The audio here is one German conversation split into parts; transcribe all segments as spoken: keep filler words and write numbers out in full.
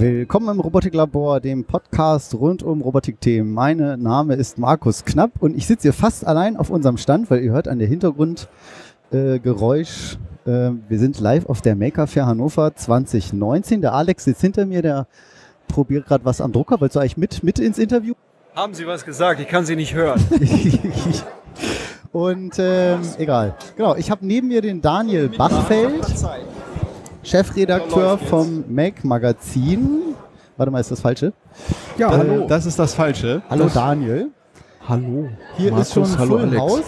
Willkommen im Robotiklabor, dem Podcast rund um Robotikthemen. Mein Name ist Markus Knapp und ich sitze hier fast allein auf unserem Stand, weil ihr hört an der Hintergrundgeräusch. Äh, äh, wir sind live auf der Maker Faire Hannover zwanzig neunzehn. Der Alex sitzt hinter mir, der probiert gerade was am Drucker. Wolltest du eigentlich mit, mit ins Interview? Haben Sie was gesagt? Ich kann Sie nicht hören. Und ähm, egal. Genau, ich habe neben mir den Daniel Bachfeld, Chefredakteur vom Make Magazin. Warte mal, ist das Falsche? Ja, äh, hallo. Das ist das Falsche. Hallo das Daniel. Hallo. Hier Markus, ist schon hallo Full Alex. House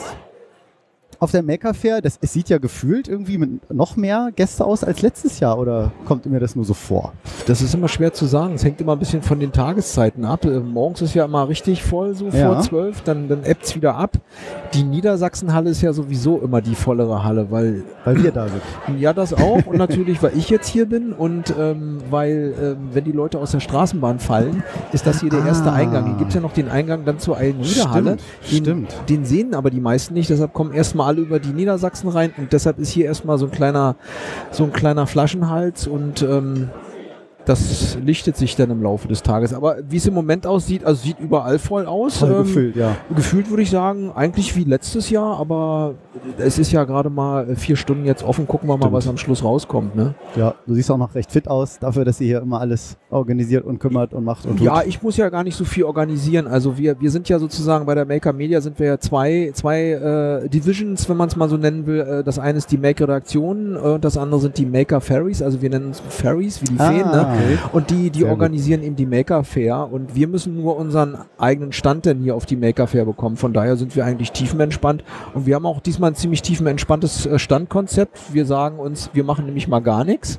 auf der Maker Faire. Das, es sieht ja gefühlt irgendwie mit noch mehr Gäste aus als letztes Jahr, oder kommt mir das nur so vor? Das ist immer schwer zu sagen. Es hängt immer ein bisschen von den Tageszeiten ab. Äh, morgens ist ja immer richtig voll, so Ja. vor zwölf, dann, dann ebbt es wieder ab. Die Niedersachsenhalle ist ja sowieso immer die vollere Halle, weil... Weil wir da sind. Ja, das auch. Und natürlich, weil ich jetzt hier bin und ähm, weil, ähm, wenn die Leute aus der Straßenbahn fallen, ist das hier der erste Ah. Eingang. Hier gibt es ja noch den Eingang dann zur Eilen-Niederhalle. Stimmt, Den, stimmt. den sehen aber die meisten nicht, deshalb kommen erstmal alle über die Niedersachsen rein und deshalb ist hier erstmal so ein kleiner, so ein kleiner Flaschenhals und ähm, das lichtet sich dann im Laufe des Tages. Aber wie es im Moment aussieht, also sieht überall voll aus. Voll Ähm, gefüllt, ja. Gefühlt würde ich sagen, eigentlich wie letztes Jahr, aber es ist ja gerade mal vier Stunden jetzt offen. Gucken wir mal, Stimmt. was am Schluss rauskommt. Ne? Ja, du siehst auch noch recht fit aus, dafür, dass ihr hier immer alles organisiert und kümmert und macht und tut. Ja, ich muss ja gar nicht so viel organisieren. Also wir, wir sind ja sozusagen bei der Maker Media sind wir ja zwei, zwei äh, Divisions, wenn man es mal so nennen will. Äh, das eine ist die Maker-Redaktion äh, und das andere sind die Maker Ferries. Also wir nennen es Ferries, wie die Ah, Feen. Ne? okay. Und die, die Sehr organisieren eben die Maker Fair und wir müssen nur unseren eigenen Stand denn hier auf die Maker Fair bekommen. Von daher sind wir eigentlich tiefenentspannt und wir haben auch diesmal ein ziemlich tiefenentspanntes äh, Standkonzept. Wir sagen uns, wir machen nämlich mal gar nichts,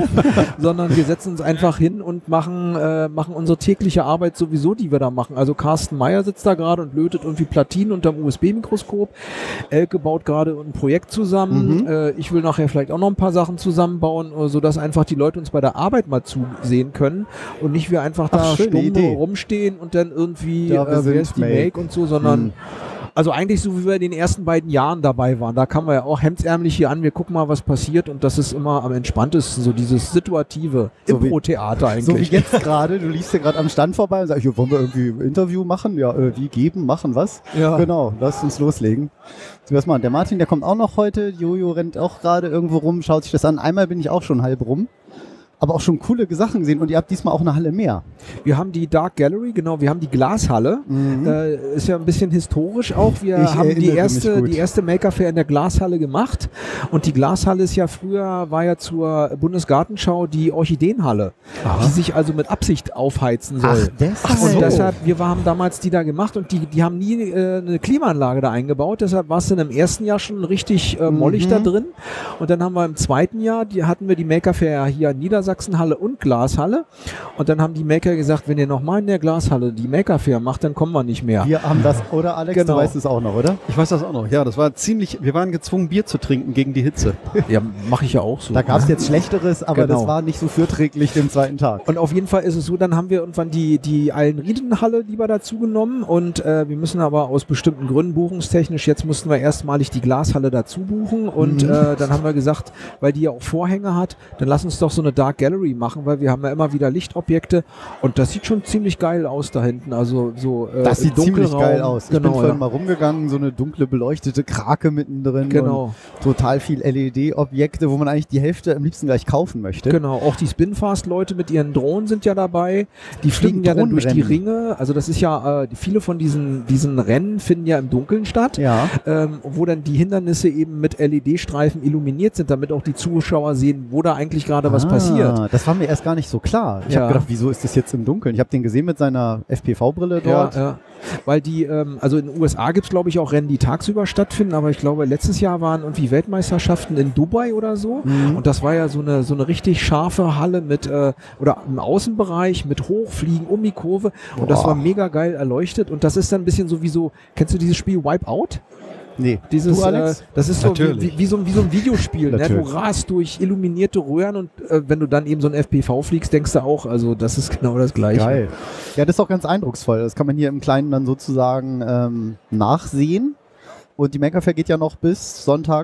sondern wir setzen uns einfach hin und machen, äh, machen unsere tägliche Arbeit sowieso, die wir da machen. Also Carsten Meyer sitzt da gerade und lötet irgendwie Platinen unterm U S B-Mikroskop. Elke baut gerade ein Projekt zusammen. Mhm. Äh, ich will nachher vielleicht auch noch ein paar Sachen zusammenbauen, äh, sodass einfach die Leute uns bei der Arbeit mal zusehen können und nicht wir einfach da Ach, schöne stumm Idee. rumstehen und dann irgendwie, Ja, wir äh, wer sind ist die Make. Make und so, sondern Mhm. also eigentlich so, wie wir in den ersten beiden Jahren dabei waren. Da kamen wir ja auch hemdsärmlich hier an, wir gucken mal, was passiert und das ist immer am entspanntesten, so dieses situative So wie- Impro-Theater eigentlich. So wie jetzt gerade, du liefst hier gerade am Stand vorbei und sagst, ja, wollen wir irgendwie ein Interview machen? Ja, äh, wie geben, machen, was? Ja. Genau, lass uns loslegen. So, was machen. Der Martin, der kommt auch noch heute. Jojo rennt auch gerade irgendwo rum, schaut sich das an. Einmal bin ich auch schon halb rum. Aber auch schon coole Sachen gesehen und ihr habt diesmal auch eine Halle mehr. Wir haben die Dark Gallery, genau, wir haben die Glashalle. Mhm. Äh, ist ja ein bisschen historisch auch. Wir Ich haben die erinnere mich erste, gut. die erste Maker Fair in der Glashalle gemacht. Und die Glashalle ist ja früher, war ja zur Bundesgartenschau die Orchideenhalle, Aha. die sich also mit Absicht aufheizen soll. deshalb. Und deshalb, wir haben damals die da gemacht und die, die haben nie äh, eine Klimaanlage da eingebaut. Deshalb war es dann im ersten Jahr schon richtig äh, mollig Mhm. da drin. Und dann haben wir im zweiten Jahr, die hatten wir die Maker Fair hier in Niedersachsenhalle und Glashalle. Und dann haben die Maker gesagt, wenn ihr nochmal in der Glashalle die Maker Fair macht, dann kommen wir nicht mehr. Wir haben das, oder Alex? Genau. Du weißt es auch noch, oder? Ich weiß das auch noch. Ja, das war ziemlich. Wir waren gezwungen, Bier zu trinken gegen die Hitze. Ja, mache ich ja auch so. Da gab es jetzt Schlechteres, aber Genau. das war nicht so fürträglich den zweiten Tag. Und auf jeden Fall ist es so, dann haben wir irgendwann die, die Eilen-Riedenhalle lieber dazu genommen und äh, wir müssen aber aus bestimmten Gründen buchungstechnisch, jetzt mussten wir erstmalig die Glashalle dazu buchen und Mhm. äh, dann haben wir gesagt, weil die ja auch Vorhänge hat, dann lass uns doch so eine Dark Gallery machen, weil wir haben ja immer wieder Lichtobjekte und das sieht schon ziemlich geil aus da hinten, also so äh, Das sieht ziemlich Dunkelraum. geil aus. Ich bin Genau, vorhin ja. mal rumgegangen, so eine dunkle beleuchtete Krake mittendrin. Genau. Und total viel L E D-Objekte, wo man eigentlich die Hälfte am liebsten gleich kaufen möchte. Genau, auch die Spinfast-Leute mit ihren Drohnen sind ja dabei. Die fliegen Stimmt, ja dann durch die Drohnenrennen. Ringe. Also das ist ja, äh, viele von diesen, diesen Rennen finden ja im Dunkeln statt. Ja. Ähm, wo dann die Hindernisse eben mit L E D-Streifen illuminiert sind, damit auch die Zuschauer sehen, wo da eigentlich gerade was Ah, passiert. Das war mir erst gar nicht so klar. Ich Ja. habe gedacht, wieso ist das jetzt im Dunkeln? Ich habe den gesehen mit seiner F P V-Brille Ja, dort. ja. Weil die, ähm, also in den U S A gibt es glaube ich auch Rennen, die tagsüber stattfinden, aber ich glaube letztes Jahr waren irgendwie Weltmeisterschaften in Dubai oder so Mhm. und das war ja so eine, so eine richtig scharfe Halle mit, äh, oder im Außenbereich mit Hochfliegen um die Kurve und das Boah. war mega geil erleuchtet und das ist dann ein bisschen so wie so, kennst du dieses Spiel Wipeout? Nee. Dieses, du, Alex? Äh, das ist so wie, Natürlich. wie, wie, so, wie so ein Videospiel. Ne? Du Natürlich. rast durch illuminierte Röhren und äh, wenn du dann eben so ein F P V fliegst, denkst du auch, also das ist genau das Gleiche. Geil. Ja, das ist auch ganz eindrucksvoll. Das kann man hier im Kleinen dann sozusagen ähm, nachsehen. Und die Maker Fair geht ja noch bis Sonntag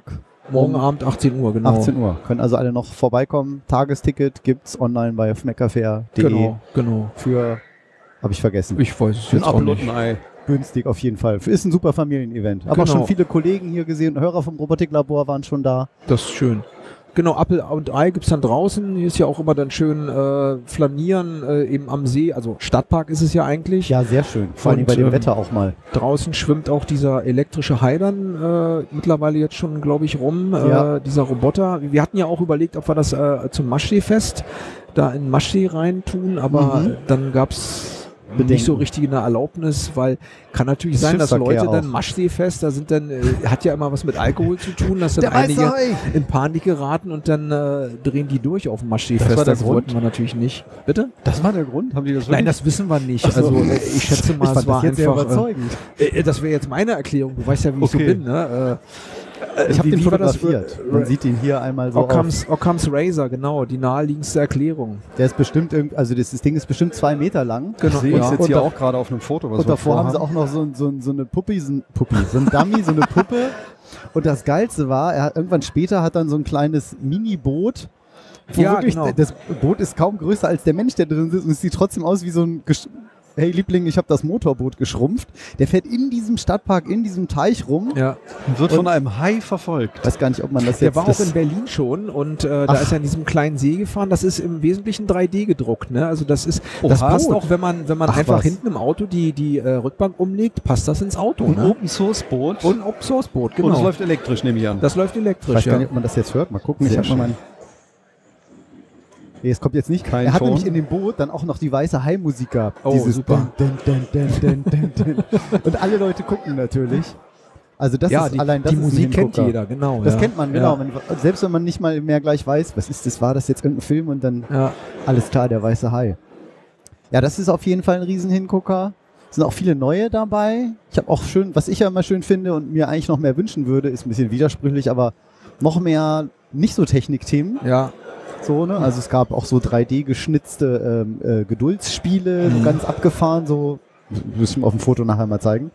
Morgen Um Abend achtzehn Uhr, genau. achtzehn Uhr. Können also alle noch vorbeikommen. Tagesticket gibt's online bei meccafair punkt de Genau, genau. für, habe ich vergessen, Ich weiß es Ein jetzt auch Apfel und nicht. ein Ei. günstig auf jeden Fall. Ist ein super Familienevent. Aber auch Genau. schon viele Kollegen hier gesehen, Hörer vom Robotiklabor waren schon da. Das ist schön. Genau, Apfel und Ei gibt's dann draußen. Hier ist ja auch immer dann schön äh, flanieren, äh, eben am See. Also Stadtpark ist es ja eigentlich. Ja, sehr schön. Vor allem Und, bei dem ähm, Wetter auch mal. Draußen schwimmt auch dieser elektrische Hai dann äh, mittlerweile jetzt schon, glaube ich, rum. Ja. Äh, dieser Roboter. Wir hatten ja auch überlegt, ob wir das äh, zum Maschsee-Fest da in Maschsee reintun, aber Mhm. äh, dann gab's Bedenken. nicht so richtig eine Erlaubnis, weil kann natürlich Das sein, dass Schiffsverkehr Leute dann auch. Maschseefest, da sind dann, äh, hat ja immer was mit Alkohol zu tun, dass dann einige in Panik geraten und dann äh, drehen die durch auf dem Maschseefest. Das war der Das Grund? wollten wir natürlich nicht. Bitte? Das war der Grund? Haben die das wirklich? Nein, das wissen wir nicht. Ach so. Also äh, ich schätze mal, Ich fand es war das jetzt sehr einfach. überzeugend. Äh, äh, das wäre jetzt meine Erklärung. Du weißt ja, wie ich Okay. so bin. Ne? Äh, Ich habe wie- den wie war das? fotografiert. Man sieht ihn hier einmal so auf. Occam's, Occam's Razor, genau, die naheliegendste Erklärung. Der ist bestimmt, irgend- also das, das Ding ist bestimmt zwei Meter lang. Genau. Ich sehe es Ja. jetzt Und hier da- auch gerade auf einem Foto, was Und wir davor haben sie vorhaben. auch noch so, so, so eine Puppi, so ein, Puppi, so ein Dummy, so eine Puppe. Und das Geilste war, er hat, irgendwann später hat dann so ein kleines Mini-Boot. Wo Ja, wirklich, genau. Das Boot ist kaum größer als der Mensch, der drin sitzt. Und es sieht trotzdem aus wie so ein, gesch- hey Liebling, ich habe das Motorboot geschrumpft. Der fährt in diesem Stadtpark, in diesem Teich rum. Ja. Wird von einem Hai verfolgt. Ich weiß gar nicht, ob man das Der jetzt... war auch das, in Berlin schon und äh, da Ach. ist er in diesem kleinen See gefahren. Das ist im Wesentlichen drei D gedruckt. Ne? Also das ist, das Oha. passt auch, wenn man, wenn man Ach, einfach was. hinten im Auto die, die äh, Rückbank umlegt, passt das ins Auto. Ein Ne? Open Source Boot. Und ein Open Source Boot, genau. Und es läuft elektrisch, nehme ich an. das läuft ich elektrisch. weiß gar Ja. nicht, ob man das jetzt hört. Mal gucken. Sehr ich hab mal schön. mein Nee, es kommt jetzt nicht. Kein er hat Ton. nämlich in dem Boot dann auch noch die weiße Hai-Musik gehabt. Oh, Dieses super. Dun, dun, dun, dun, dun, dun, dun. Und alle Leute gucken natürlich. Also das ja, ist die, allein das die ist ein Musik kennt Hingucker. jeder, genau. Das ja. kennt man, Ja. genau. Wenn, selbst wenn man nicht mal mehr gleich weiß, was ist das, war das jetzt irgendein Film und dann Ja. alles klar, der weiße Hai. Ja, das ist auf jeden Fall ein Riesenhingucker. Es sind auch viele neue dabei. Ich habe auch schön, was ich ja immer schön finde und mir eigentlich noch mehr wünschen würde, ist ein bisschen widersprüchlich, aber noch mehr nicht so Technikthemen. ja, So, ne? Also es gab auch so drei D geschnitzte ähm, äh, Geduldsspiele, so Mhm. ganz abgefahren, so muss ich mir auf dem Foto nachher mal zeigen.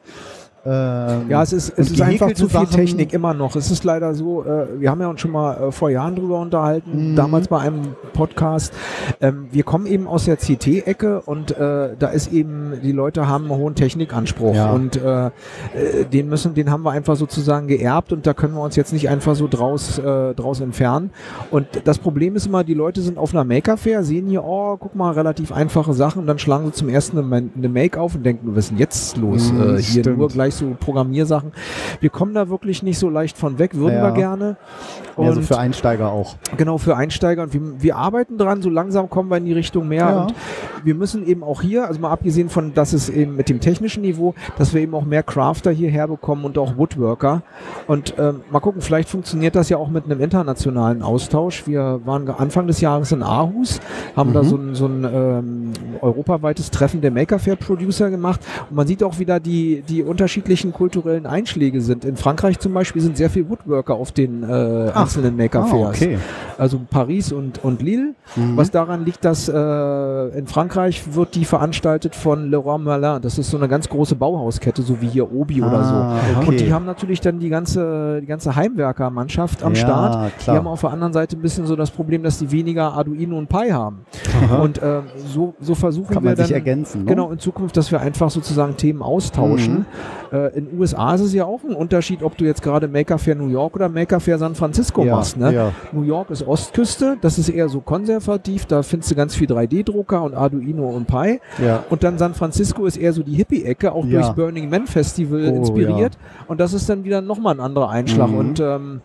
Ähm, Ja, es ist, und es ist einfach gehäkelte zu viel Sachen. Technik immer noch. Es ist leider so, äh, wir haben ja uns schon mal äh, vor Jahren drüber unterhalten, Mhm. damals bei einem Podcast. Ähm, wir kommen eben aus der C T-Ecke und äh, da ist eben, die Leute haben einen hohen Technikanspruch Ja. und äh, äh, den müssen, den haben wir einfach sozusagen geerbt und da können wir uns jetzt nicht einfach so draus, äh, draus entfernen. Und das Problem ist immer, die Leute sind auf einer Maker-Fair, sehen hier, oh, guck mal, relativ einfache Sachen und dann schlagen sie zum ersten eine, eine Make auf und denken, was ist denn jetzt los? Mhm, äh, hier stimmt. nur gleich so Programmiersachen. Wir kommen da wirklich nicht so leicht von weg, würden Ja. wir gerne. Mehr Und so für Einsteiger auch. genau, für Einsteiger. Und wir, wir arbeiten dran, so langsam kommen wir in die Richtung mehr. Ja. Und wir müssen eben auch hier, also mal abgesehen von, dass es eben mit dem technischen Niveau, dass wir eben auch mehr Crafter hierher bekommen und auch Woodworker. Und ähm, mal gucken, vielleicht funktioniert das ja auch mit einem internationalen Austausch. Wir waren Anfang des Jahres in Aarhus, haben Mhm. da so ein, so ein ähm, europaweites Treffen der Maker Fair Producer gemacht. Und man sieht auch wieder, die, die unterschiedlichen kulturellen Einschläge sind. In Frankreich zum Beispiel sind sehr viele Woodworker auf den äh, Ach. einzelnen Maker Ah, Fairs. okay. Also Paris und, und Lille. Mhm. Was daran liegt, dass äh, in Frankreich wird die veranstaltet von Leroy Merlin. Das ist so eine ganz große Bauhauskette, so wie hier Obi oder so. Ah, okay. Und die haben natürlich dann die ganze, die ganze Heimwerkermannschaft am Ja, Start. klar. Die haben auf der anderen Seite ein bisschen so das Problem, dass die weniger Arduino und Pi haben. Und ähm, so, so versuchen Kann wir man dann sich ergänzen. Ne? genau in Zukunft, dass wir einfach sozusagen Themen austauschen. Äh, in den U S A ist es ja auch ein Unterschied, ob du jetzt gerade Maker Fair New York oder Maker Fair San Francisco Ja, machst. Ne? ja. New York ist Ostküste, das ist eher so konservativ, da findest du ganz viel drei D Drucker und Arduino und Pi. Ja. Und dann San Francisco ist eher so die Hippie-Ecke, auch Ja. durchs Burning Man Festival Oh, inspiriert. Und das ist dann wieder nochmal ein anderer Einschlag. Mhm. Und ähm,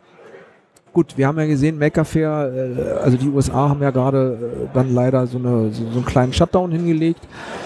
gut, wir haben ja gesehen, Maker Fair, äh, also die U S A haben ja gerade äh, dann leider so, eine, so, so einen kleinen Shutdown hingelegt.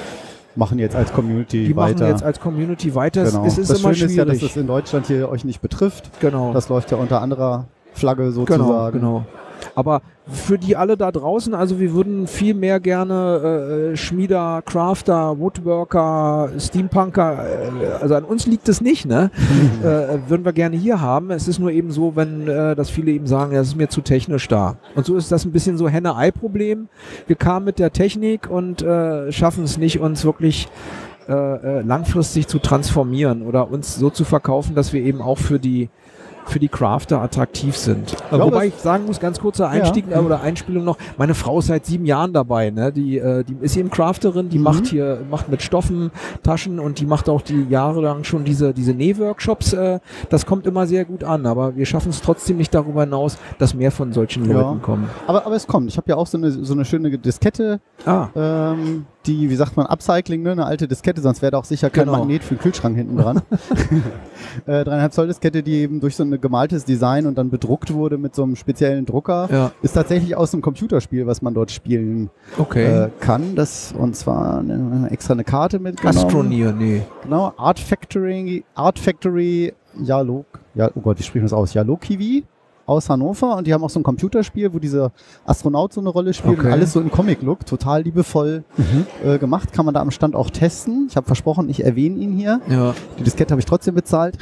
Machen jetzt als Community Die weiter. machen jetzt als Community weiter. genau. Es ist das immer Schöne schwierig. ist ja, dass es in Deutschland hier euch nicht betrifft. genau. Das läuft ja unter anderer Flagge Genau, sozusagen. genau. Aber für die alle da draußen, also wir würden viel mehr gerne äh, Schmieder, Crafter, Woodworker, Steampunker, äh, also an uns liegt es nicht, ne? äh, würden wir gerne hier haben. Es ist nur eben so, wenn äh, dass viele eben sagen, ja, es ist mir zu technisch da. Und so ist das ein bisschen so Henne-Ei-Problem. Wir kamen mit der Technik und äh, schaffen es nicht, uns wirklich äh, äh, langfristig zu transformieren oder uns so zu verkaufen, dass wir eben auch für die für die Crafter attraktiv sind. Ja, Wobei ich sagen muss, ganz kurzer Einstieg Ja. äh, oder Einspielung noch, meine Frau ist seit sieben Jahren dabei, ne? Die, äh, die ist eben Crafterin, die Mhm. macht hier, macht mit Stoffen Taschen und die macht auch die jahrelang schon diese, diese Nähworkshops. Äh, das kommt immer sehr gut an, aber wir schaffen es trotzdem nicht darüber hinaus, dass mehr von solchen Ja. Leuten kommen. Aber, aber es kommt. Ich habe ja auch so eine, so eine schöne Diskette, Ah, ähm, die, wie sagt man, Upcycling, ne? Eine alte Diskette, sonst wäre da auch sicher kein Genau. Magnet für den Kühlschrank hinten dran. äh, dreieinhalb Zoll Diskette, die eben durch so ein gemaltes Design und dann bedruckt wurde mit so einem speziellen Drucker, ja, ist tatsächlich aus einem Computerspiel, was man dort spielen okay. äh, kann. Das, und zwar eine, extra eine Karte mitgenommen. Astroneer, nee. Genau, Art Factory, Art Factory Yalok, ja, oh Gott, wie spricht man das aus? Yalokiwi aus Hannover, und die haben auch so ein Computerspiel, wo dieser Astronaut so eine Rolle spielt, Okay. und alles so im Comic-Look, total liebevoll Mhm. äh, gemacht, kann man da am Stand auch testen. Ich habe versprochen, ich erwähne ihn hier. Ja. Die Diskette habe ich trotzdem bezahlt.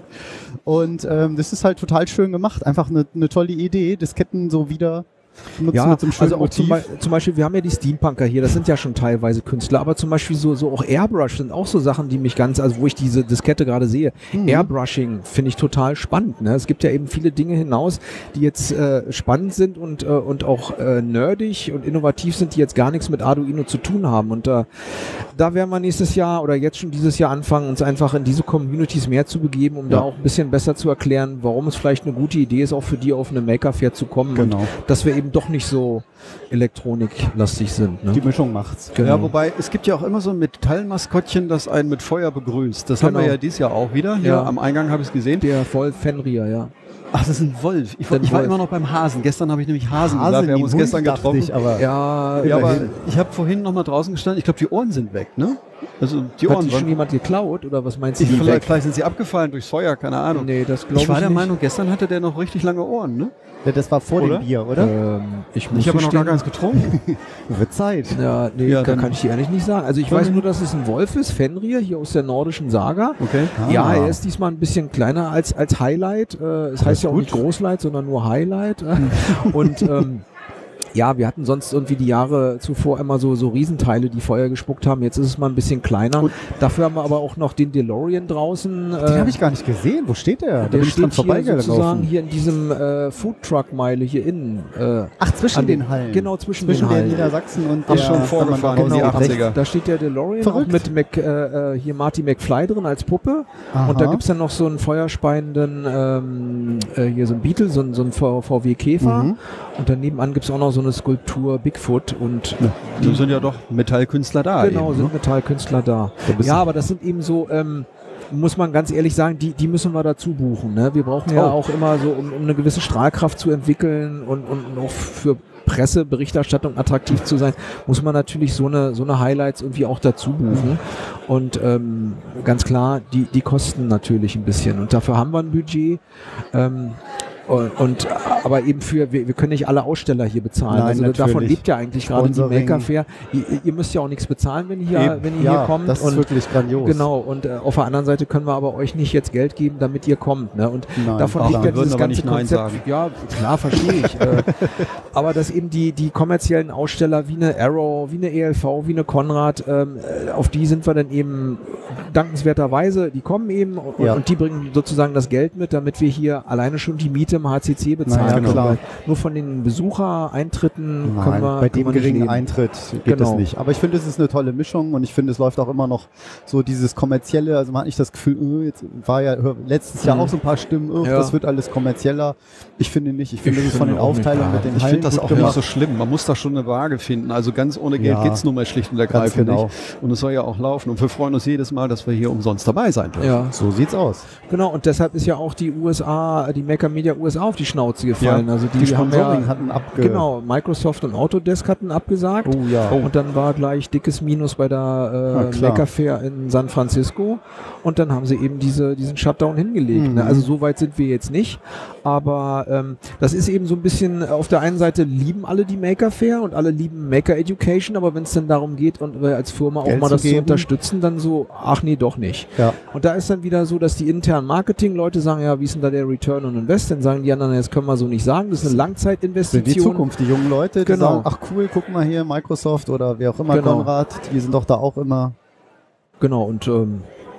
Und ähm, das ist halt total schön gemacht, einfach eine, eine tolle Idee, Disketten so wieder nutzen Ja, mit so einem schönen also auch zum, Motiv. Be zum Beispiel, wir haben ja die Steampunker hier, das sind ja schon teilweise Künstler, aber zum Beispiel so, so auch Airbrush sind auch so Sachen, die mich ganz, also wo ich diese Diskette gerade sehe. Mhm. Airbrushing finde ich total spannend. Ne? Es gibt ja eben viele Dinge hinaus, die jetzt äh, spannend sind und, äh, und auch äh, nerdig und innovativ sind, die jetzt gar nichts mit Arduino zu tun haben. Und äh, da werden wir nächstes Jahr oder jetzt schon dieses Jahr anfangen, uns einfach in diese Communities mehr zu begeben, um Ja. da auch ein bisschen besser zu erklären, warum es vielleicht eine gute Idee ist, auch für die auf eine Maker Fair zu kommen. Genau. Und dass wir eben doch nicht so elektroniklastig sind. Ne? Die Mischung macht's. Genau. Ja, wobei es gibt ja auch immer so ein Metallmaskottchen, das einen mit Feuer begrüßt. Das haben Genau. wir ja dieses Jahr auch wieder. Hier Ja. am Eingang habe ich es gesehen. Der voll Fenrir, ja. Ach, das ist ein Wolf. Ich, Ein ich war Wolf. immer noch beim Hasen. Gestern habe ich nämlich Hasen, Hase gesagt. Wir haben wie uns Hund, gestern dachte getroffen. ich, aber Ja, ja, aber immerhin. ich habe vorhin noch mal draußen gestanden. Ich glaube, die Ohren sind weg, ne? Also die hat Ohren die schon waren... jemand geklaut oder was meinst du? Ich, Die vielleicht, weg? vielleicht sind sie abgefallen durchs Feuer, keine Ahnung. Nee, das glaube ich, ich war der nicht. Meinung, gestern hatte der noch richtig lange Ohren, ne? Ja, das war vor Oder? dem Bier, oder? Ähm, ich muss Ich habe noch gar gestehen- keins getrunken. Wird Zeit. Ja, nee, Ja, da dann- kann ich dir ehrlich nicht sagen. Also ich weiß nur, dass es ein Wolf ist, Fenrir, hier aus der nordischen Saga. Okay. Ah. Ja, er ist diesmal ein bisschen kleiner als, als Highlight. Äh, es heißt ja auch gut. nicht Großlight, sondern nur Highlight. Und ähm, ja, wir hatten sonst irgendwie die Jahre zuvor immer so, so Riesenteile, die Feuer gespuckt haben. Jetzt ist es mal ein bisschen kleiner. Und- Dafür haben wir aber auch noch den DeLorean draußen. Den äh, habe ich gar nicht gesehen. Wo steht der? Da der bin ich dran steht hier vorbeigelaufen. sozusagen hier in diesem äh, Foodtruck-Meile hier innen. Äh, Ach, zwischen an den Hallen. Genau, zwischen, zwischen den der Hallen. Niedersachsen und Ach, der schon vorgefahren Genau, in die rechts. achtziger. Da steht der DeLorean Verrückt. auch mit Mac, äh, äh, hier Marty McFly drin als Puppe. Aha. Und da gibt es dann noch so einen feuerspeienden, ähm, äh, hier so ein Beetle, so ein, so ein V W Käfer. Mhm. Und daneben an gibt es auch noch so eine Skulptur Bigfoot. Und Die sind ja doch Metallkünstler da. genau, eben, sind ne? Metallkünstler da. Da bist Ja, aber das sind eben so, ähm, muss man ganz ehrlich sagen, die, die müssen wir dazu buchen. Ne? Wir brauchen ja Oh. auch immer so, um, um eine gewisse Strahlkraft zu entwickeln und, und auch für Presseberichterstattung attraktiv zu sein, muss man natürlich so eine, so eine Highlights irgendwie auch dazu buchen. Und ähm, ganz klar, die, die kosten natürlich ein bisschen. Und dafür haben wir ein Budget. Ähm, und, und aber eben für, wir, wir können nicht alle Aussteller hier bezahlen. Nein, also davon natürlich. lebt ja eigentlich gerade die Sponsoring. Maker Fair. Ihr, ihr müsst ja auch nichts bezahlen, wenn ihr, Eben. wenn ihr Ja, hier kommt. das ist und wirklich grandios. Genau, und äh, auf der anderen Seite können wir aber euch nicht jetzt Geld geben, damit ihr kommt. Ne? Und Nein, davon ach, liegt wir ja würden dieses aber ganze nicht Nein Konzept. sagen. Ja, klar, verstehe ich. äh, aber dass eben die, die kommerziellen Aussteller wie eine Arrow, wie eine E L V, wie eine Konrad, ähm, äh, auf die sind wir dann eben dankenswerterweise, die kommen eben und, Ja. und die bringen sozusagen das Geld mit, damit wir hier alleine schon die Miete im H C C bezahlen. Na ja, können. klar. Weil nur von den Besuchereintritten Nein, können wir bei können dem wir nicht geringen leben. Eintritt geht Genau. es nicht. Aber ich finde, es ist eine tolle Mischung, und ich finde, es läuft auch immer noch so dieses kommerzielle. Also man hat nicht das Gefühl, äh, jetzt war ja hör- letztes Jahr Mhm. auch so ein paar Stimmen, äh, Ja. das wird alles kommerzieller. Ich finde nicht. Ich finde, Ich es ist von den finde auch nicht. Aufteilungen Ja, mit den Ich Hallen finde das gut auch gemacht. nicht so schlimm. Man muss da schon eine Waage finden. Also ganz ohne Geld Ja. geht's nun mal schlicht und Ganz ergreifend genau. nicht. Und es soll ja auch laufen. Und wir freuen uns jedes Mal, dass wir hier umsonst dabei sein dürfen. Ja. So sieht's aus. Genau, und deshalb ist ja auch die U S A, die Maker Media U S A auf die Schnauze gefallen. Ja, also die, Die haben Sponsoring ja, hatten abge... genau, Microsoft und Autodesk hatten abgesagt. Oh ja. Und dann war gleich dickes Minus bei der Na äh, klar. Maker Fair in San Francisco. Und dann haben sie eben diese, diesen Shutdown hingelegt. Mhm. Ne? Also so weit sind wir jetzt nicht. Aber ähm, das ist eben so ein bisschen, auf der einen Seite lieben alle die Maker Fair und alle lieben Maker Education, aber wenn es dann darum geht und wir als Firma auch Geld mal zu das zu geben. unterstützen, dann so, ach nee, doch nicht. Ja. Und da ist dann wieder so, dass die internen Marketing-Leute sagen, ja, wie ist denn da der Return on Invest? Dann sagen die anderen, das können wir so nicht sagen, das ist eine Für Langzeitinvestition. die Zukunft, die jungen Leute, die Genau. sagen, ach cool, guck mal hier, Microsoft oder wer auch immer, Genau. Konrad, die sind doch da auch immer. Genau, und ähm,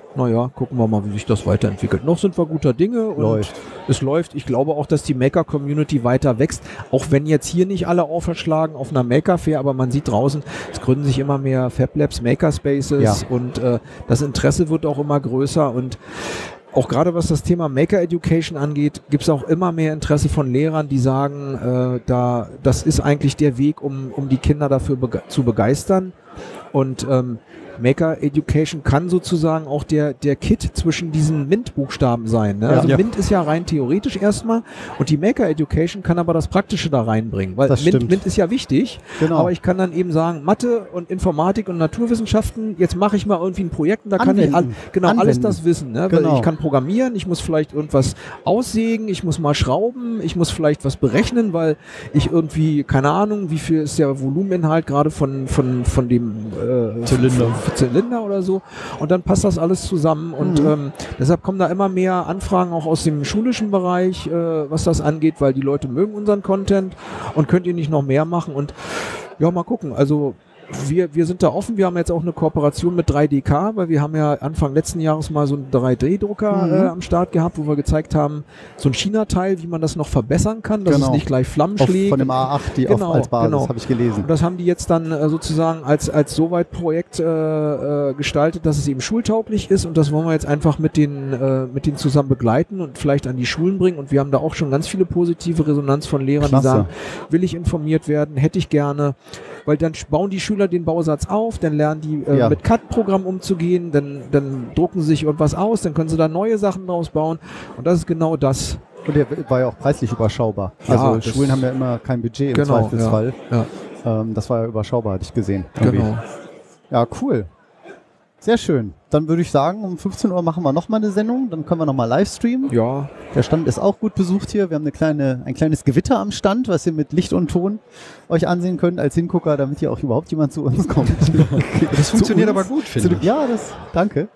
naja, gucken wir mal, wie sich das weiterentwickelt. Noch sind wir guter Dinge und Läuft. es läuft. Ich glaube auch, dass die Maker-Community weiter wächst, auch wenn jetzt hier nicht alle aufschlagen auf einer Maker-Fair, aber man sieht draußen, es gründen sich immer mehr Fab Labs, Makerspaces Ja. und äh, das Interesse wird auch immer größer und auch gerade was das Thema Maker Education angeht, gibt es auch immer mehr Interesse von Lehrern, die sagen, äh, da, das ist eigentlich der Weg, um, um die Kinder dafür bege- zu begeistern. Und ähm, Maker Education kann sozusagen auch der, der Kit zwischen diesen MINT-Buchstaben sein. Ne? Ja. Also Ja. MINT ist ja rein theoretisch erstmal und die Maker Education kann aber das Praktische da reinbringen, weil Das MINT, stimmt. MINT ist ja wichtig, Genau. aber ich kann dann eben sagen, Mathe und Informatik und Naturwissenschaften, jetzt mache ich mal irgendwie ein Projekt und da kann ich all, Anwenden. genau alles Anwenden. das wissen. Ne? Genau. Weil ich kann programmieren, ich muss vielleicht irgendwas aussägen, ich muss mal schrauben, ich muss vielleicht was berechnen, weil ich irgendwie, keine Ahnung, wie viel ist der Volumeninhalt gerade von, von, von dem äh, Zylinder. F- Zylinder oder so. Und dann passt das alles zusammen. Und Mhm. ähm, deshalb kommen da immer mehr Anfragen auch aus dem schulischen Bereich, äh, was das angeht, weil die Leute mögen unseren Content und könnt ihr nicht noch mehr machen. Und ja, mal gucken. Also wir, wir sind da offen. Wir haben jetzt auch eine Kooperation mit drei D K, weil wir haben ja Anfang letzten Jahres mal so einen drei D-Drucker Mhm. äh, am Start gehabt, wo wir gezeigt haben, so ein China-Teil, wie man das noch verbessern kann, dass Genau. es nicht gleich Flammen Auf, schlägt. von dem A acht, die Genau, auf, als Basis, genau. habe ich gelesen. Und das haben die jetzt dann äh, sozusagen als, als Soweit-Projekt äh, äh, gestaltet, dass es eben schultauglich ist und das wollen wir jetzt einfach mit den, äh, mit denen zusammen begleiten und vielleicht an die Schulen bringen und wir haben da auch schon ganz viele positive Resonanz von Lehrern, Klasse. die sagen, will ich informiert werden, hätte ich gerne, weil dann bauen die Schüler den Bausatz auf, dann lernen die äh, Ja. mit C A D-Programm umzugehen, dann, dann drucken sie sich irgendwas aus, dann können sie da neue Sachen draus bauen und das ist genau das. Und der war ja auch preislich überschaubar. Ja, also das- Schulen haben ja immer kein Budget im Genau, Zweifelsfall. Ja, Ähm, das war ja überschaubar, hatte ich gesehen. Irgendwie. genau. Ja, cool. Sehr schön. Dann würde ich sagen, um fünfzehn Uhr machen wir nochmal eine Sendung. Dann können wir nochmal live streamen. Ja, Der Stand ist auch gut besucht hier. Wir haben eine kleine, ein kleines Gewitter am Stand, was ihr mit Licht und Ton euch ansehen könnt als Hingucker, damit hier auch überhaupt jemand zu uns kommt. Das funktioniert Zu uns? aber gut, Zu finde dem, ich. ja, das, danke.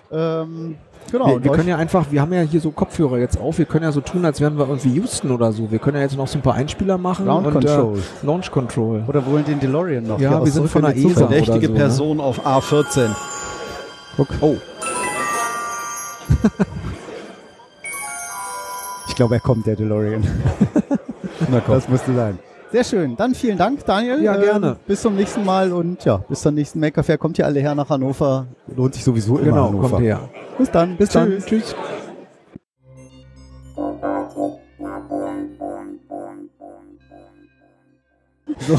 Ähm, genau. wir, und wir euch- können ja einfach, wir haben ja hier so Kopfhörer jetzt auf, wir können ja so tun, als wären wir irgendwie Houston oder so. Wir können ja jetzt noch so ein paar Einspieler machen. Ground und, Control. Äh, Launch Control. Oder wollen den DeLorean noch? Ja, hier wir aus sind Zurück von in der die E S A. Zukunft? Verdächtige oder so, ne? Person auf A vierzehn. Guck. Oh, Ich glaube, er kommt, der DeLorean. Na komm. Das müsste sein. Sehr schön. Dann vielen Dank, Daniel. Ja, gerne. bis zum nächsten Mal und ja, bis zum nächsten Maker Fair. Kommt ihr alle her nach Hannover. Lohnt sich sowieso immer genau, Hannover. kommt her. Bis dann. Bis dann. Tschüss. Tschüss. So,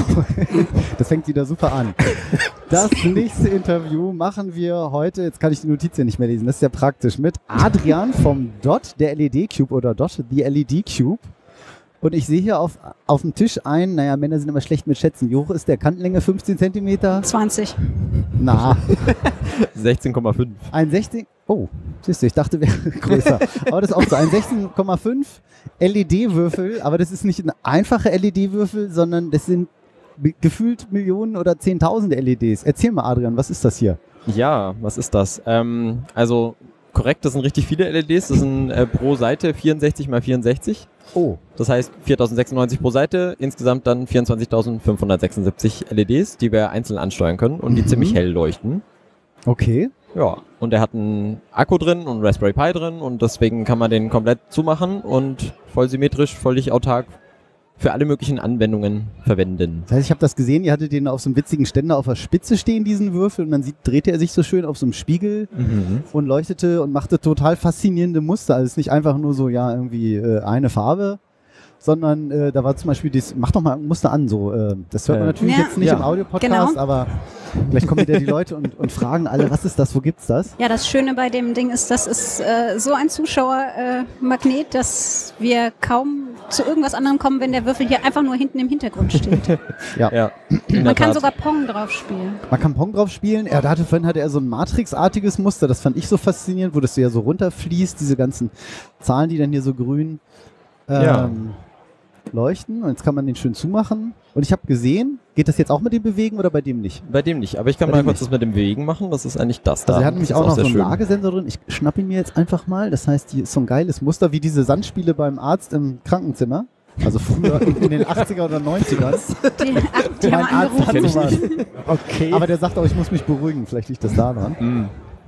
das fängt wieder super an. Das nächste Interview machen wir heute, jetzt kann ich die Notiz hier nicht mehr lesen, das ist ja praktisch, mit Adrian vom Dot, der L E D Cube oder Dot, the L E D Cube. Und ich sehe hier auf, auf dem Tisch ein, naja, Männer sind immer schlecht mit Schätzen. Wie hoch ist der? Kantenlänge fünfzehn Zentimeter? zwanzig. Na, sechzehn Komma fünf. ein sechzehn. Oh, siehst du, ich dachte, wäre größer. Aber das ist auch so, ein sechzehn Komma fünf L E D-Würfel. Aber das ist nicht ein einfacher L E D-Würfel, sondern das sind be- gefühlt Millionen oder Zehntausende L E Ds. Erzähl mal, Adrian, was ist das hier? Ja, was ist das? Ähm, also korrekt, das sind richtig viele L E Ds. Das sind äh, pro Seite vierundsechzig mal vierundsechzig. Oh, Das heißt viertausendsechsundneunzig pro Seite. Insgesamt dann vierundzwanzigtausendfünfhundertsechsundsiebzig L E Ds, die wir einzeln ansteuern können und die Mhm. ziemlich hell leuchten. okay. Ja, und er hat einen Akku drin und einen Raspberry Pi drin und deswegen kann man den komplett zumachen und voll symmetrisch, völlig autark für alle möglichen Anwendungen verwenden. Das heißt, ich habe das gesehen, ihr hattet den auf so einem witzigen Ständer auf der Spitze stehen, diesen Würfel, und dann sieht, drehte er sich so schön auf so einem Spiegel Mhm. und leuchtete und machte total faszinierende Muster. Also es ist nicht einfach nur so, ja, irgendwie äh, eine Farbe, sondern äh, da war zum Beispiel das, mach doch mal ein Muster an, so. Äh, das hört man Äh, natürlich Ja. jetzt nicht Ja. im Audio-Podcast, Genau. aber vielleicht kommen wieder die Leute und, und fragen alle, was ist das, wo gibt's das? Ja, das Schöne bei dem Ding ist, das ist äh, so ein Zuschauermagnet, äh, Magnet, dass wir kaum zu irgendwas anderem kommen, wenn der Würfel hier einfach nur hinten im Hintergrund steht. Ja, in der Man kann Tat. sogar Pong drauf spielen. Man kann Pong drauf spielen. Er hatte vorhin hatte er so ein Matrix-artiges Muster, das fand ich so faszinierend, wo das so ja so runterfließt, diese ganzen Zahlen, die dann hier so grün ähm, Ja. leuchten. Und jetzt kann man den schön zumachen. Und ich habe gesehen, geht das jetzt auch mit dem Bewegen oder bei dem nicht? Bei dem nicht, aber ich kann Bei mal dem kurz nicht. das mit dem Bewegen machen. Das ist eigentlich das da. Also er hat nämlich Das ist auch noch so sehr einen schön. Lagesensor drin. Ich schnapp ihn mir jetzt einfach mal. Das heißt, hier ist so ein geiles Muster wie diese Sandspiele beim Arzt im Krankenzimmer. Also früher in den achtziger oder neunzigern. Die, ach, die haben Mein Arzt angerufen. hat sowas. Okay. Aber der sagt auch, ich muss mich beruhigen. Vielleicht liegt das da dran. Mm.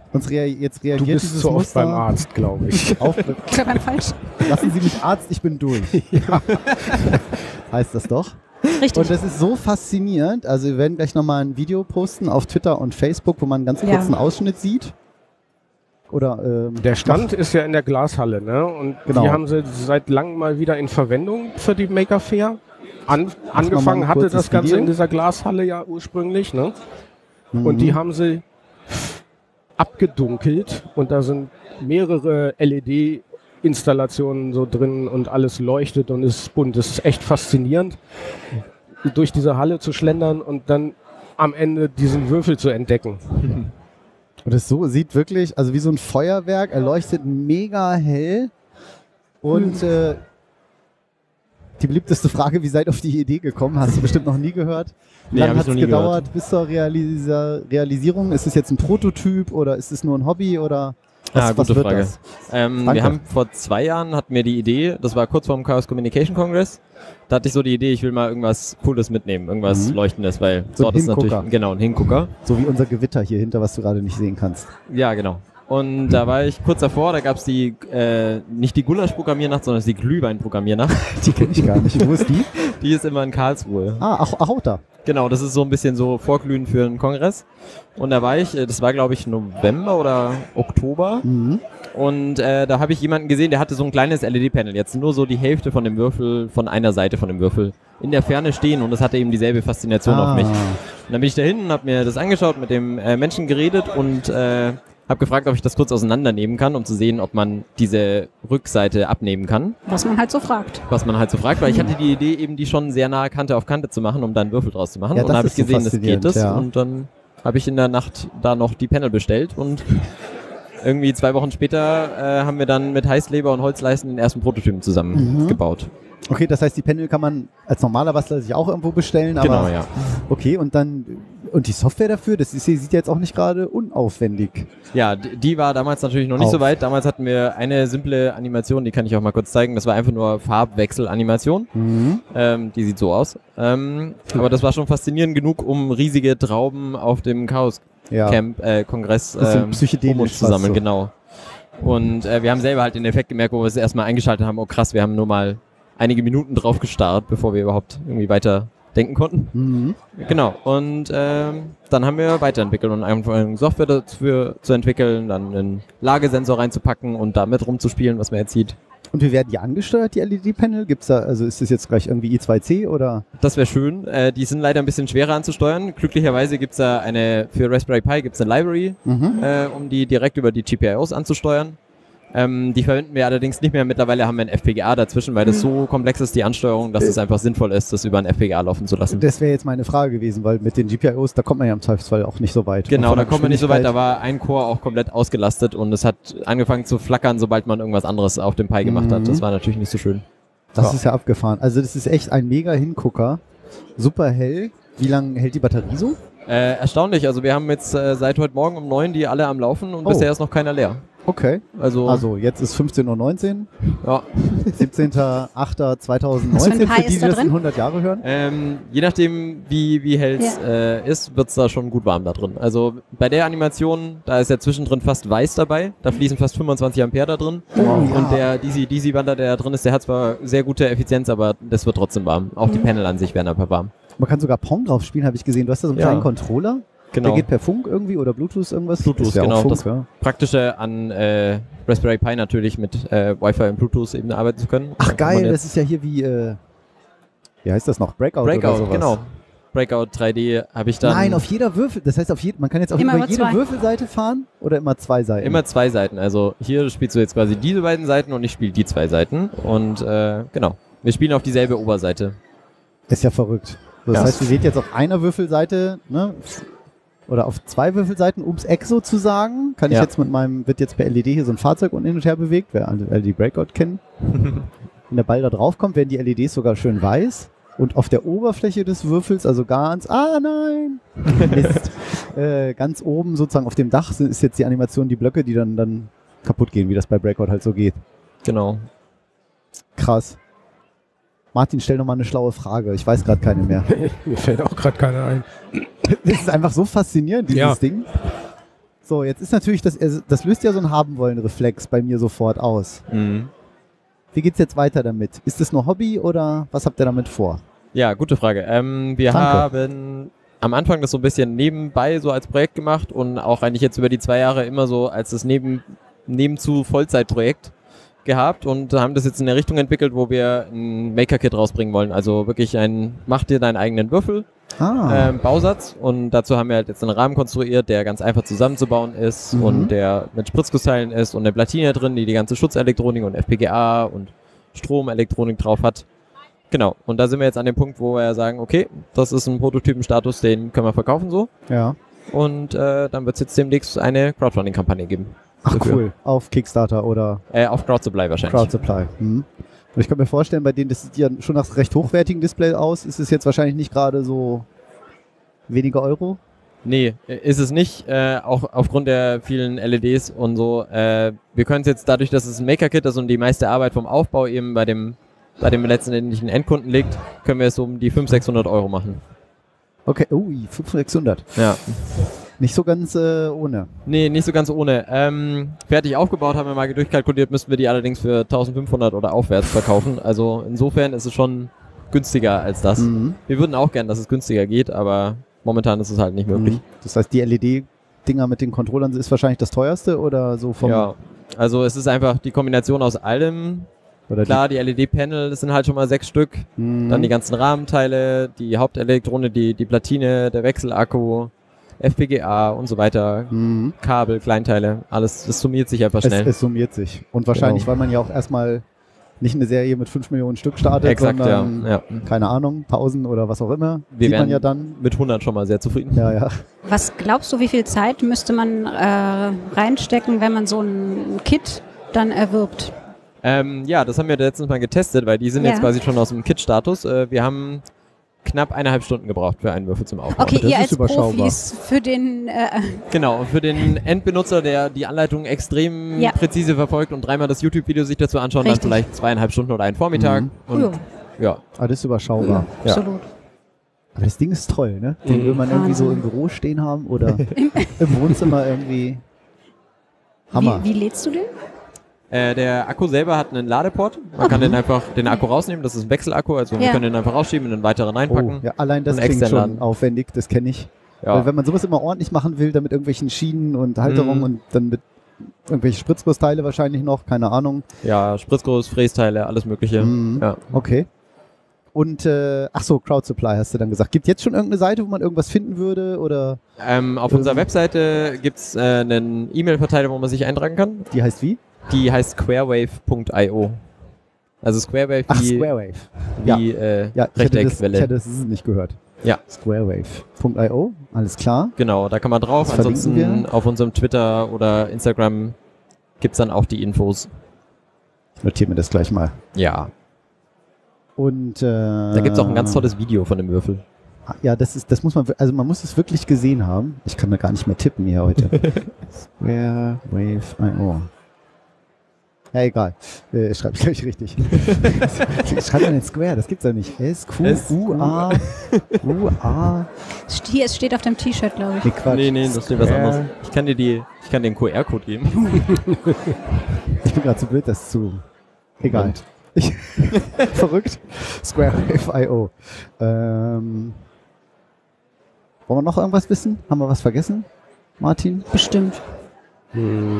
Uns rea jetzt Du reagiert bist dieses zu oft Muster beim Arzt, glaube ich. auf. Ich war beim Falsch. Lassen Sie mich Arzt, ich bin durch. Heißt das doch. Richtig. Und das ist so faszinierend. Also wir werden gleich nochmal ein Video posten auf Twitter und Facebook, wo man einen ganz Ja. kurzen Ausschnitt sieht. Oder ähm, Der Stand ist ja in der Glashalle, ne? Und Genau. die haben sie seit langem mal wieder in Verwendung für die Maker Fair. An, noch mal angefangen ein hatte kurzes das Ganze Video. in dieser Glashalle ja ursprünglich, ne? mhm. Und die haben sie abgedunkelt und da sind mehrere L E D-Installationen so drin und alles leuchtet und ist bunt. Das ist echt faszinierend, durch diese Halle zu schlendern und dann am Ende diesen Würfel zu entdecken. Und das so sieht wirklich, also wie so ein Feuerwerk, er leuchtet mega hell. Und äh, die beliebteste Frage, wie seid ihr auf die Idee gekommen? Hast du bestimmt noch nie gehört. Wie Nee, lange hab ich hat es noch nie gedauert bis zur Realisa Realisierung? Ist es jetzt ein Prototyp oder ist es nur ein Hobby oder was, Ah, was gute wird Frage. das? Ähm, Danke. wir haben vor zwei Jahren hatten wir die Idee, das war kurz vor dem Chaos Communication Congress, da hatte ich so die Idee, ich will mal irgendwas Cooles mitnehmen, irgendwas Mhm. Leuchtendes, weil So dort ein ist natürlich, Hingucker. genau, ein Hingucker. So wie unser Gewitter hier hinter, was du gerade nicht sehen kannst. Ja, genau. Und da war ich kurz davor, da gab es die, äh, nicht die Gulasch-Programmiernacht, sondern die Glühwein-Programmiernacht. Die kenne ich gar nicht. Wo ist die? Die ist immer in Karlsruhe. Ah, ach, ach, auch da. Genau, das ist so ein bisschen so Vorglühen für einen Kongress. Und da war ich, äh, das war glaube ich November oder Oktober. Mhm. Und äh, da habe ich jemanden gesehen, der hatte so ein kleines L E D-Panel, jetzt nur so die Hälfte von dem Würfel, von einer Seite von dem Würfel, in der Ferne stehen und das hatte eben dieselbe Faszination Ah. auf mich. Und dann bin ich da hin und habe mir das angeschaut, mit dem äh, Menschen geredet und äh, habe gefragt, ob ich das kurz auseinandernehmen kann, um zu sehen, ob man diese Rückseite abnehmen kann, Was man halt so fragt. was man halt so fragt, weil ich hatte die Idee eben, die schon sehr nahe Kante auf Kante zu machen, um da einen Würfel draus zu machen. Ja, und das dann habe ist ich so gesehen, das geht faszinierend, das ja. und dann habe ich in der Nacht da noch die Panel bestellt und irgendwie zwei Wochen später äh, haben wir dann mit Heißleber und Holzleisten den ersten Prototypen zusammen Mhm. gebaut. Okay, das heißt, die Panel kann man als normaler Bastler sich auch irgendwo bestellen, aber Genau, ja. okay, und dann und die Software dafür, das ist, sieht jetzt auch nicht gerade unaufwendig. Ja, d- die war damals natürlich noch nicht Auf. so weit. Damals hatten wir eine simple Animation, die kann ich auch mal kurz zeigen. Das war einfach nur Farbwechselanimation. Mhm. Ähm, die sieht so aus. Ähm, aber das war schon faszinierend genug, um riesige Trauben auf dem Chaos Ja. Camp äh, Kongress Bisschen ähm, psychedelisch um uns zu fast sammeln, so. genau. Und äh, wir haben selber halt den Effekt gemerkt, wo wir es erstmal eingeschaltet haben, oh krass, wir haben nur mal einige Minuten drauf gestarrt, bevor wir überhaupt irgendwie weiter denken konnten. Mhm. Genau. Und ähm, dann haben wir weiterentwickelt und angefangen Software dafür zu entwickeln, dann einen Lagesensor reinzupacken und damit rumzuspielen, was man jetzt sieht. Und wie werden die angesteuert, die L E D-Panel? Gibt's da, also ist das jetzt gleich irgendwie I zwei C oder? Das wäre schön. Äh, die sind leider ein bisschen schwerer anzusteuern. Glücklicherweise gibt's da eine, für Raspberry Pi gibt's eine Library, Mhm. äh, um die direkt über die G P I Os anzusteuern. Ähm, die verwenden wir allerdings nicht mehr. Mittlerweile haben wir ein F P G A dazwischen, weil das so komplex ist, die Ansteuerung, dass es einfach sinnvoll ist, das über ein F P G A laufen zu lassen. Das wäre jetzt meine Frage gewesen, weil mit den G P I Os, da kommt man ja im Zweifelsfall auch nicht so weit. Genau, Und von da der kommt man nicht so weit. Da Geschwindigkeit- war ein Core auch komplett ausgelastet und es hat angefangen zu flackern, sobald man irgendwas anderes auf dem Pi gemacht Mhm. hat. Das war natürlich nicht so schön. Das Ja. ist ja abgefahren. Also das ist echt ein mega Hingucker. Super hell. Wie lange hält die Batterie so? Äh, erstaunlich. Also wir haben jetzt äh, seit heute Morgen um neun die alle am Laufen und Oh. bisher ist noch keiner leer. Okay. Also, Also jetzt ist fünfzehn Uhr neunzehn, ja. siebzehnter achter Was für zweitausendneunzehn, ein Pi für die, ist die da das in drin? hundert Jahre hören. Ähm, je nachdem, wie, wie hell es äh, ist, wird es da schon gut warm da drin. Also bei der Animation, da ist ja zwischendrin fast weiß dabei. Da fließen fast fünfundzwanzig Ampere da drin. Oh, Und ja. der D C D C-Wandler, der da drin ist, der hat zwar sehr gute Effizienz, aber das wird trotzdem warm. Auch die Panel an sich werden aber warm. Man kann sogar Pong drauf spielen, habe ich gesehen. Du hast da so einen Ja. kleinen Controller. Genau. Der geht per Funk irgendwie oder Bluetooth irgendwas? Bluetooth, Ist ja genau. Auch Funk, Das- ja. Praktische an äh, Raspberry Pi natürlich mit äh, Wi-Fi und Bluetooth eben arbeiten zu können. Ach Da kann man geil, jetzt- das ist ja hier wie, äh, wie heißt das noch? Breakout, oder Breakout, sowas. genau. Breakout drei D habe ich dann Nein, auf jeder Würfel, das heißt auf jed man kann jetzt auf Immer über nur jede zwei. Würfelseite fahren oder immer zwei Seiten? immer zwei Seiten. Also hier spielst du jetzt quasi diese beiden Seiten und ich spiele die zwei Seiten. Und äh, genau, wir spielen auf dieselbe Oberseite. Ist ja verrückt. So, das Ja. heißt, wir seht jetzt auf einer Würfelseite, ne, oder auf zwei Würfelseiten ums Eck sozusagen, kann ich Ja. jetzt mit meinem, wird jetzt per L E D hier so ein Fahrzeug und hin und her bewegt, wer L E D Breakout kennt. Wenn der Ball da drauf kommt, werden die L E Ds sogar schön weiß. Und auf der Oberfläche des Würfels, also ganz, ah nein, Mist, äh, ganz oben sozusagen auf dem Dach sind, ist jetzt die Animation, die Blöcke, die dann, dann kaputt gehen, wie das bei Breakout halt so geht. Genau. Krass. Martin, stell noch mal eine schlaue Frage. Ich weiß gerade keine mehr. Mir fällt auch gerade keiner ein. Das ist einfach so faszinierend, dieses Ja. Ding. So, jetzt ist natürlich, das, das löst ja so einen Haben-Wollen-Reflex bei mir sofort aus. Mhm. Wie geht's jetzt weiter damit? Ist das nur Hobby oder was habt ihr damit vor? Ja, gute Frage. Ähm, wir Danke. haben am Anfang das so ein bisschen nebenbei so als Projekt gemacht und auch eigentlich jetzt über die zwei Jahre immer so als das neben, nebenzu Vollzeitprojekt gehabt und haben das jetzt in eine Richtung entwickelt, wo wir ein Maker-Kit rausbringen wollen. Also wirklich ein, mach dir deinen eigenen Würfel, Ah, ähm, Bausatz, und dazu haben wir halt jetzt einen Rahmen konstruiert, der ganz einfach zusammenzubauen ist Mhm. und der mit Spritzgussteilen ist und eine Platine drin, die die ganze Schutzelektronik und F P G A und Stromelektronik drauf hat. Genau, und da sind wir jetzt an dem Punkt, wo wir sagen, okay, das ist ein Prototypenstatus, den können wir verkaufen so, ja. und äh, dann wird es jetzt demnächst eine Crowdfunding-Kampagne geben. Ach Dafür. cool. Auf Kickstarter oder Äh, auf Crowdsupply wahrscheinlich. Crowd Supply. Mhm. Und ich kann mir vorstellen, bei denen, das sieht ja schon nach recht hochwertigen Display aus, ist es jetzt wahrscheinlich nicht gerade so weniger Euro. Nee, äh, ist es nicht, äh, auch aufgrund der vielen L E Ds und so. Äh, wir können es jetzt dadurch, dass es ein Maker-Kit ist und die meiste Arbeit vom Aufbau eben bei dem, bei dem letztendlichen Endkunden liegt, können wir es um die fünfhundert, sechshundert Euro machen. Okay, ui, fünfhundert, sechshundert. Ja. Nicht so ganz äh, ohne. Nee, nicht so ganz ohne. Ähm, fertig aufgebaut haben wir mal durchkalkuliert, müssten wir die allerdings für eintausendfünfhundert oder aufwärts verkaufen. Also insofern ist es schon günstiger als das. Mhm. Wir würden auch gern, dass es günstiger geht, aber momentan ist es halt nicht möglich. Mhm. Das heißt, die L E D-Dinger mit den Controllern ist wahrscheinlich das teuerste oder so vom... Ja, also es ist einfach die Kombination aus allem. Oder Klar, die L E D-Panel, das sind halt schon mal sechs Stück. die, mhm. Dann die ganzen Rahmenteile, die Hauptelektronik, die, die Platine, der Wechselakku, F P G A und so weiter. Mhm. Kabel, Kleinteile, alles, das summiert sich einfach Es, schnell. es summiert sich. Und wahrscheinlich, Genau. weil man ja auch erstmal nicht eine Serie mit fünf Millionen Stück startet, Exakt, ja. sondern, ja. keine Ahnung, tausend oder was auch immer, Wir sieht man werden ja dann. mit hundert schon mal sehr zufrieden. Ja, ja. Was glaubst du, wie viel Zeit müsste man äh, reinstecken, wenn man so ein Kit dann erwirbt? Ähm, ja, das haben wir letztens mal getestet, weil die sind Ja. jetzt quasi schon aus dem Kit-Status. Äh, wir haben knapp eineinhalb Stunden gebraucht für einen Würfel zum Aufbau. Okay, das ihr ist als überschaubar. Profis für den... Äh, Genau, und für den Endbenutzer, der die Anleitung extrem Ja. präzise verfolgt und dreimal das YouTube-Video sich dazu anschauen, dann Richtig. vielleicht zweieinhalb Stunden oder einen Vormittag. Mhm. Und ja, ja, Aber das ist überschaubar. Ja. absolut. Aber das Ding ist toll, ne? Den Mhm. will man irgendwie so Wahnsinn. im Büro stehen haben oder im Wohnzimmer irgendwie. Hammer. Wie, wie lädst du den? Äh, der Akku selber hat einen Ladeport. Man kann den einfach den Akku rausnehmen. Das ist ein Wechselakku. Also wir Ja. können den einfach rausschieben und einen weiteren reinpacken. Oh, ja, allein das Und klingt extern schon laden. aufwendig, das kenne ich. Ja. Weil wenn man sowas immer ordentlich machen will, dann mit irgendwelchen Schienen und Halterungen Mhm. und dann mit irgendwelche Spritzgussteile wahrscheinlich noch, keine Ahnung. ja, Spritzguss, Frästeile, alles Mögliche. Mhm. Ja. Okay. Und, äh, ach so, Crowd Supply hast du dann gesagt. Gibt jetzt schon irgendeine Seite, wo man irgendwas finden würde oder Ähm, auf Ähm. unserer Webseite gibt es äh, einen E-Mail-Verteiler, wo man sich eintragen kann. die heißt wie? Die heißt squarewave punkt io. Also Squarewave Ach, wie, Squarewave. wie äh, Ja, ich hätte, das, ich Rechteckwelle. hätte das nicht gehört. Ja. Squarewave punkt io, alles klar. Genau, da kann man drauf. Das verlinken Ansonsten wir. auf unserem Twitter oder Instagram gibt es dann auch die Infos. Ich notiere mir das gleich mal. Ja, Und äh, da gibt es auch ein ganz tolles Video von dem Würfel. Ja, das ist, das muss man, wir- also man muss es wirklich gesehen haben. Ich kann da gar nicht mehr tippen hier heute. Squarewave punkt io. Ja, egal. Äh, schreibe ich gleich richtig. Schreibt man denn Square? Das gibt's ja nicht. S Q U A U A. St- Hier, es steht auf dem T-Shirt, glaube ich. Nee, Quatsch. Nee, nee, das steht was Square. anderes. Ich kann dir die, ich kann dir einen Q R-Code geben. Ich bin gerade zu blöd, das zu. Egal. Ich, verrückt. Squarewave punkt io. Ähm, wollen wir noch irgendwas wissen? Haben wir was vergessen? Martin? Bestimmt. Hm,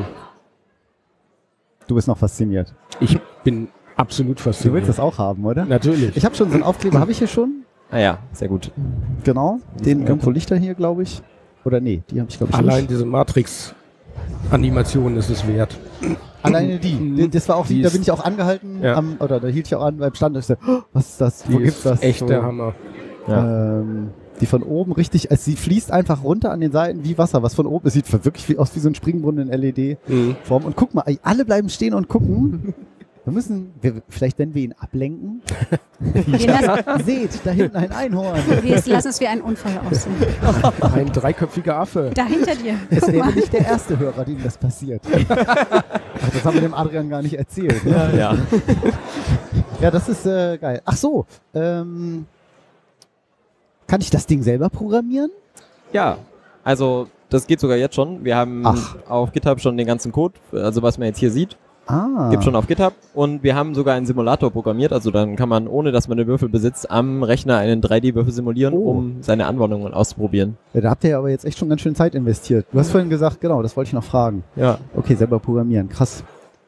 Du bist noch fasziniert. Ich bin absolut Du fasziniert. willst das auch haben, oder? Natürlich. Ich habe schon so einen Aufkleber, habe ich hier schon? Ah ja, sehr gut. Genau. Den irgendwo liegt er hier, glaube ich. Oder nee, die habe ich glaube ich Allein nicht. diese Matrix-Animation ist es wert. Alleine die. Die- Das war auch, Die da ist- bin ich auch angehalten, Ja. am, oder da hielt ich auch an beim Stand und ich so, oh, was ist das? Die Wo gibt's ist das? echt so, der Hammer. ähm, die von oben richtig, also sie fließt einfach runter an den Seiten wie Wasser, was von oben, es sieht wirklich wie, aus wie so ein Springbrunnen in L E D-Form. Mhm. Und guck mal, ey, alle bleiben stehen und gucken. Wir müssen, wir, vielleicht wenn wir ihn ablenken. Wir lassen, Seht, da hinten ein Einhorn. wir lassen es wie ein Unfall aussehen. Ein dreiköpfiger Affe. Da hinter dir. Es wäre nicht der erste Hörer, dem das passiert. Ach, das haben wir dem Adrian gar nicht erzählt. Ne? Ja. Ja, das ist äh, geil. Ach so, ähm, kann ich das Ding selber programmieren? Ja, also das geht sogar jetzt schon. Wir haben Ach. auf GitHub schon den ganzen Code, also was man jetzt hier sieht, Ah. gibt schon auf GitHub. Und wir haben sogar einen Simulator programmiert, also dann kann man, ohne dass man den Würfel besitzt, am Rechner einen drei D-Würfel simulieren, Oh. um seine Anwendungen auszuprobieren. Ja, da habt ihr ja aber jetzt echt schon ganz schön Zeit investiert. Du hast vorhin gesagt, genau, das wollte ich noch fragen. Ja. Okay, selber programmieren, krass.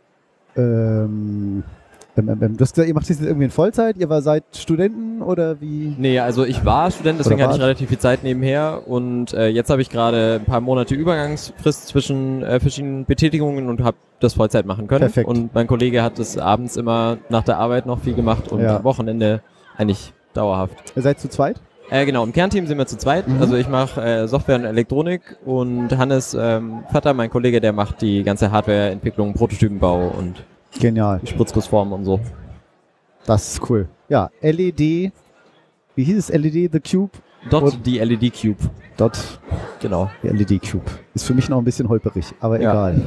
Ähm, ähm, ähm, du hast gesagt, ihr macht das jetzt irgendwie in Vollzeit? Ihr war seid Studenten oder wie? Nee, also ich war Student, deswegen Oder hatte ich wart? relativ viel Zeit nebenher und äh, jetzt habe ich gerade ein paar Monate Übergangsfrist zwischen äh, verschiedenen Betätigungen und habe das Vollzeit machen können. Perfekt. Und mein Kollege hat das abends immer nach der Arbeit noch viel gemacht und Ja. am Wochenende eigentlich dauerhaft. Ihr seid zu zweit? Äh, genau, im Kernteam sind wir zu zweit. Mhm. Also ich mache äh, Software und Elektronik und Hannes ähm, Vater, mein Kollege, der macht die ganze Hardwareentwicklung, Prototypenbau und Genial. Spritzgussformen und so. Das ist cool. Ja, L E D, wie hieß es? L E D The Cube? Dort Und- die L E D Cube. Dot, Genau. die L E D Cube. Ist für mich noch ein bisschen holperig, aber Ja. egal.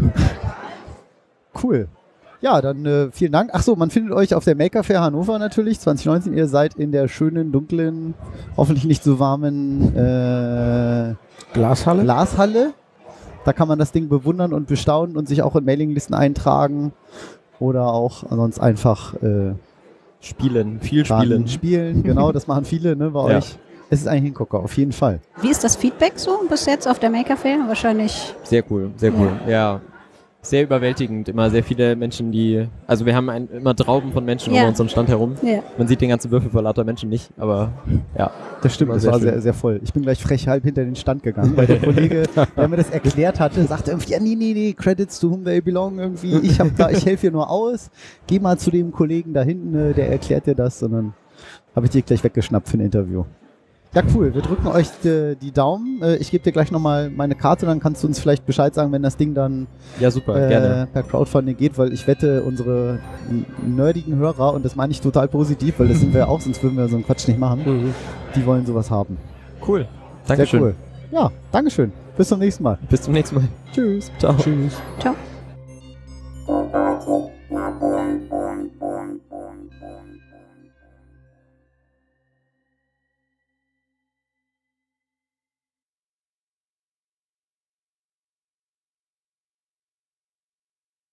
Cool. Ja, dann äh, vielen Dank. Achso, man findet euch auf der Maker Fair Hannover natürlich, zwanzig neunzehn. Ihr seid in der schönen, dunklen, hoffentlich nicht so warmen äh, Glashalle? Glashalle. Da kann man das Ding bewundern und bestaunen und sich auch in Mailinglisten eintragen. Oder auch sonst einfach äh, Spielen, viel dran spielen. spielen. Genau, das machen viele ne, bei Ja. euch. Es ist ein Hingucker, auf jeden Fall. Wie ist das Feedback so bis jetzt auf der Maker Fair? Wahrscheinlich. Sehr cool, sehr cool. Ja. Sehr überwältigend. Immer sehr viele Menschen, die. Also wir haben ein, immer Trauben von Menschen Ja. um unseren Stand herum. Ja. Man sieht den ganzen Würfel vor lauter Menschen nicht, aber ja. Das stimmt, War das sehr war schön. sehr, sehr voll. Ich bin gleich frech halb hinter den Stand gegangen, weil der Kollege, der mir das erklärt hatte, sagte irgendwie, ja, nee, nee, nee, Credits to whom they belong irgendwie. Ich hab da, ich helfe hier nur aus. Geh mal zu dem Kollegen da hinten, äh, der erklärt dir das, und dann habe ich dich gleich weggeschnappt für ein Interview. Ja, cool. Wir drücken euch die, die Daumen. Äh, Ich gebe dir gleich nochmal meine Karte, dann kannst du uns vielleicht Bescheid sagen, wenn das Ding dann Ja, super, äh, gerne. per Crowdfunding geht, weil ich wette, unsere n- nerdigen Hörer, und das meine ich total positiv, weil das sind wir ja auch, sonst würden wir so einen Quatsch nicht machen, Mhm. die wollen sowas haben. Cool. Dankeschön. Sehr cool. Ja, Dankeschön. Bis zum nächsten Mal. Bis zum nächsten Mal. Tschüss. Ciao. Tschüss. Ciao.